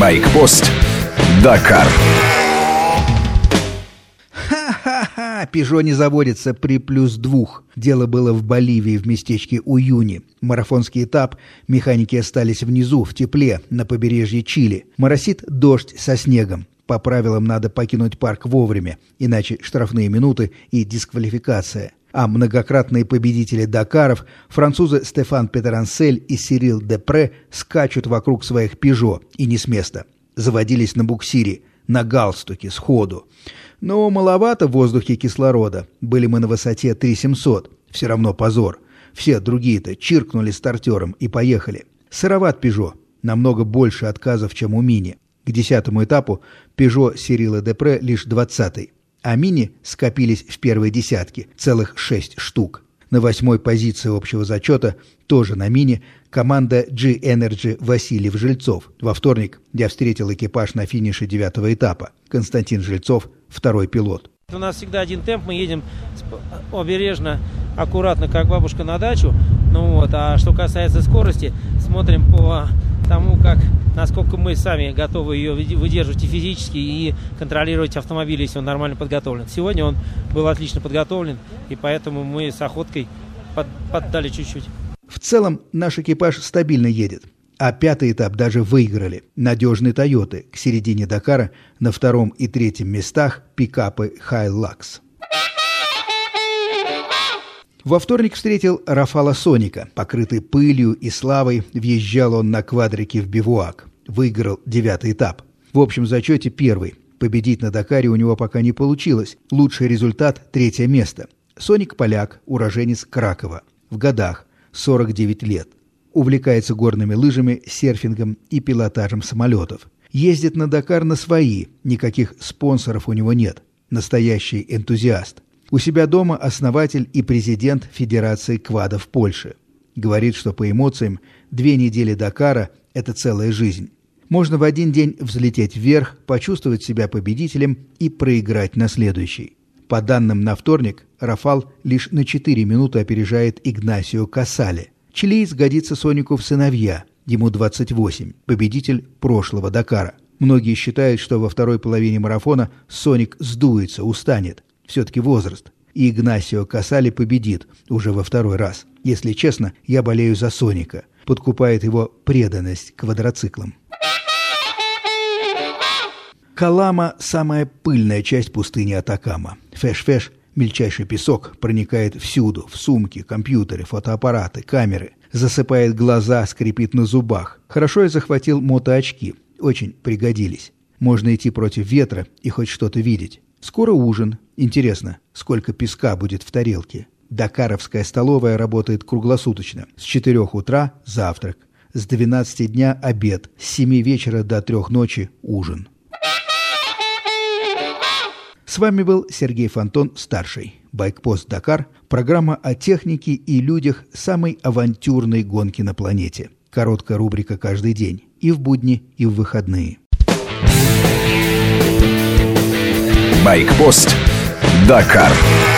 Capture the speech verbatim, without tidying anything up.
Байкпост Дакар. Ха-ха-ха! Пежо не заводится при плюс двух. Дело было в Боливии, в местечке Уюни. Марафонский этап. Механики остались внизу, в тепле, на побережье Чили. Моросит дождь со снегом. По правилам надо покинуть парк вовремя, иначе штрафные минуты и дисквалификация. А многократные победители Дакаров, французы Стефан Петерансель и Сирил Депре, скачут вокруг своих «Пежо» и не с места. Заводились на буксире, на галстуке, сходу. Но маловато в воздухе кислорода. Были мы на высоте три тысячи семьсот. Все равно позор. Все другие-то чиркнули стартером и поехали. Сыроват «Пежо». Намного больше отказов, чем у «Мини». К десятому этапу «Пежо» Сирила Депре лишь двадцатый. А «Мини» скопились в первой десятке, целых шесть штук. На восьмой позиции общего зачета, тоже на «Мини», команда G-Energy Васильев-Жильцов. Во вторник я встретил экипаж на финише девятого этапа. Константин Жильцов, второй пилот. У нас всегда один темп, мы едем обережно, аккуратно, как бабушка на дачу. Ну вот, а что касается скорости, смотрим по тому, как, насколько мы сами готовы ее выдерживать и физически, и контролировать автомобиль, если он нормально подготовлен. Сегодня он был отлично подготовлен, и поэтому мы с охоткой под, поддали чуть-чуть. В целом наш экипаж стабильно едет. А пятый этап даже выиграли. Надежные «Тойоты». К середине Дакара на втором и третьем местах пикапы «Хайлакс». Во вторник встретил Рафала Соника. Покрытый пылью и славой, въезжал он на квадрике в бивуак. Выиграл девятый этап. В общем зачете первый. Победить на Дакаре у него пока не получилось. Лучший результат – третье место. Соник – поляк, уроженец Кракова. В годах, сорок девять лет. Увлекается горными лыжами, серфингом и пилотажем самолетов. Ездит на Дакар на свои, никаких спонсоров у него нет. Настоящий энтузиаст. У себя дома основатель и президент Федерации квадов Польши. Говорит, что по эмоциям две недели Дакара – это целая жизнь. Можно в один день взлететь вверх, почувствовать себя победителем и проиграть на следующий. По данным на вторник, Рафал лишь на четыре минуты опережает Игнасио Касале. Чилиец годится Сонику в сыновья, ему двадцать восемь, победитель прошлого Дакара. Многие считают, что во второй половине марафона Соник сдуется, устанет. Все-таки возраст. И Игнасио Касале победит уже во второй раз. Если честно, я болею за Соника. Подкупает его преданность квадроциклам. Калама – самая пыльная часть пустыни Атакама. Феш-феш – мельчайший песок, проникает всюду, в сумки, компьютеры, фотоаппараты, камеры. Засыпает глаза, скрипит на зубах. Хорошо я захватил мотоочки, очень пригодились. Можно идти против ветра и хоть что-то видеть. Скоро ужин. Интересно, сколько песка будет в тарелке. Дакаровская столовая работает круглосуточно. С четырех утра – завтрак. С двенадцати дня – обед. С семи вечера до трех ночи – ужин. С вами был Сергей Фонтон, старший. Байкпост Дакар. Программа о технике и людях самой авантюрной гонки на планете. Короткая рубрика каждый день. И в будни, и в выходные. Байкпост Дакар.